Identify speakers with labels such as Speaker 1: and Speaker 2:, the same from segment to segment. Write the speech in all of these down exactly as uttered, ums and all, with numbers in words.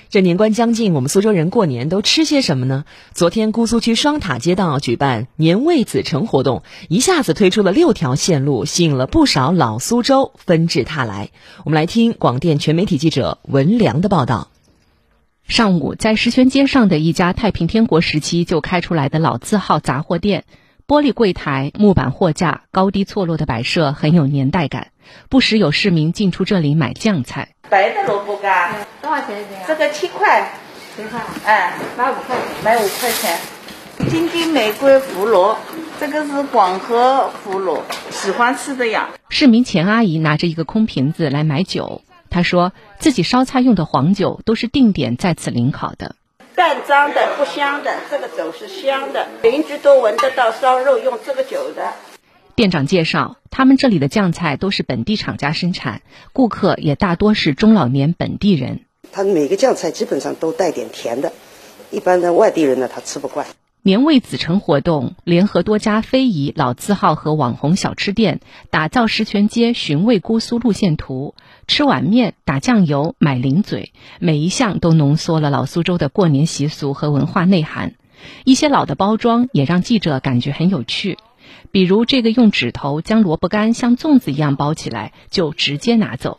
Speaker 1: 这年关将近，我们苏州人过年都吃些什么呢？昨天姑苏区双塔街道举办年味子成活动，一下子推出了六条线路，吸引了不少老苏州纷至沓来。我们来听广电全媒体记者文良的报道。
Speaker 2: 上午，在石泉街上的一家太平天国时期就开出来的老字号杂货店，玻璃柜台、木板货架，高低错落的摆设很有年代感，不时有市民进出这里买酱菜。
Speaker 3: 白的萝卜干
Speaker 4: 多少钱一斤？
Speaker 3: 这个七块，
Speaker 4: 七块，
Speaker 3: 哎，
Speaker 4: 买五块钱，
Speaker 3: 买五块钱。金金玫瑰胡萝，这个是广和胡萝，喜欢吃的呀。
Speaker 2: 市民钱阿姨拿着一个空瓶子来买酒，她说自己烧菜用的黄酒都是定点在此临考的。
Speaker 3: 淡脏的不香的，这个酒是香的，邻居都闻得到烧肉用这个酒的。
Speaker 2: 店长介绍，他们这里的酱菜都是本地厂家生产，顾客也大多是中老年本地人。
Speaker 5: 他每个酱菜基本上都带点甜的，一般的外地人呢他吃不惯。
Speaker 2: 年味子成活动联合多家非遗老字号和网红小吃店，打造石泉街寻味姑苏路线图，吃碗面、打酱油、买零嘴，每一项都浓缩了老苏州的过年习俗和文化内涵。一些老的包装也让记者感觉很有趣，比如这个用指头将萝卜干像粽子一样包起来，就直接拿走。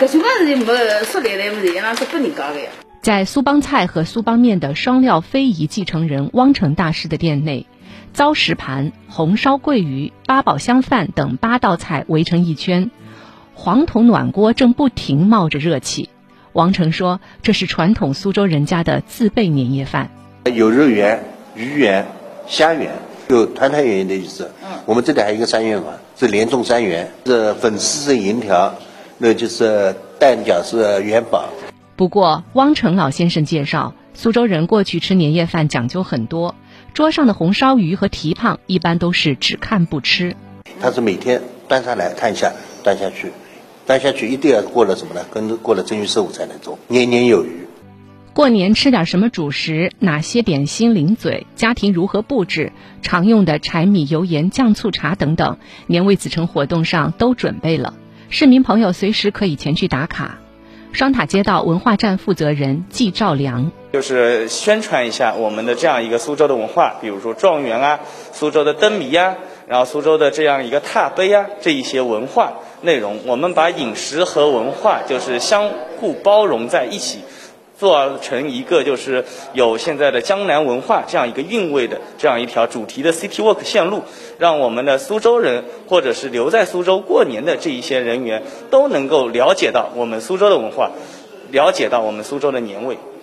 Speaker 2: 在苏帮菜和苏帮面的双料非遗继承人汪成大师的店内，糟石盘、红烧桂鱼、八宝香饭等八道菜围成一圈，黄铜暖锅正不停冒着热气。汪成说，这是传统苏州人家的自备年夜饭，
Speaker 6: 有肉圆、鱼圆、虾圆，有团团圆圆的意思。我们这里还有一个三元法，是连中三元，是粉丝是银条，那就是蛋饺是元宝。
Speaker 2: 不过汪成老先生介绍，苏州人过去吃年夜饭讲究很多，桌上的红烧鱼和蹄膀一般都是只看不吃。
Speaker 6: 他是每天端上来看一下，端下去，端下去一定要过了什么呢？跟过了正月十五才能做，年年有余。
Speaker 2: 过年吃点什么主食，哪些点心零嘴，家庭如何布置，常用的柴米油盐酱醋茶等等，年味子成活动上都准备了，市民朋友随时可以前去打卡。双塔街道文化站负责人季兆良，
Speaker 7: 就是宣传一下我们的这样一个苏州的文化，比如说状元啊、苏州的灯谜啊，然后苏州的这样一个踏碑啊，这一些文化内容，我们把饮食和文化就是相互包容在一起，做成一个就是有现在的江南文化这样一个韵味的这样一条主题的 City Walk 线路，让我们的苏州人或者是留在苏州过年的这一些人员都能够了解到我们苏州的文化，了解到我们苏州的年味。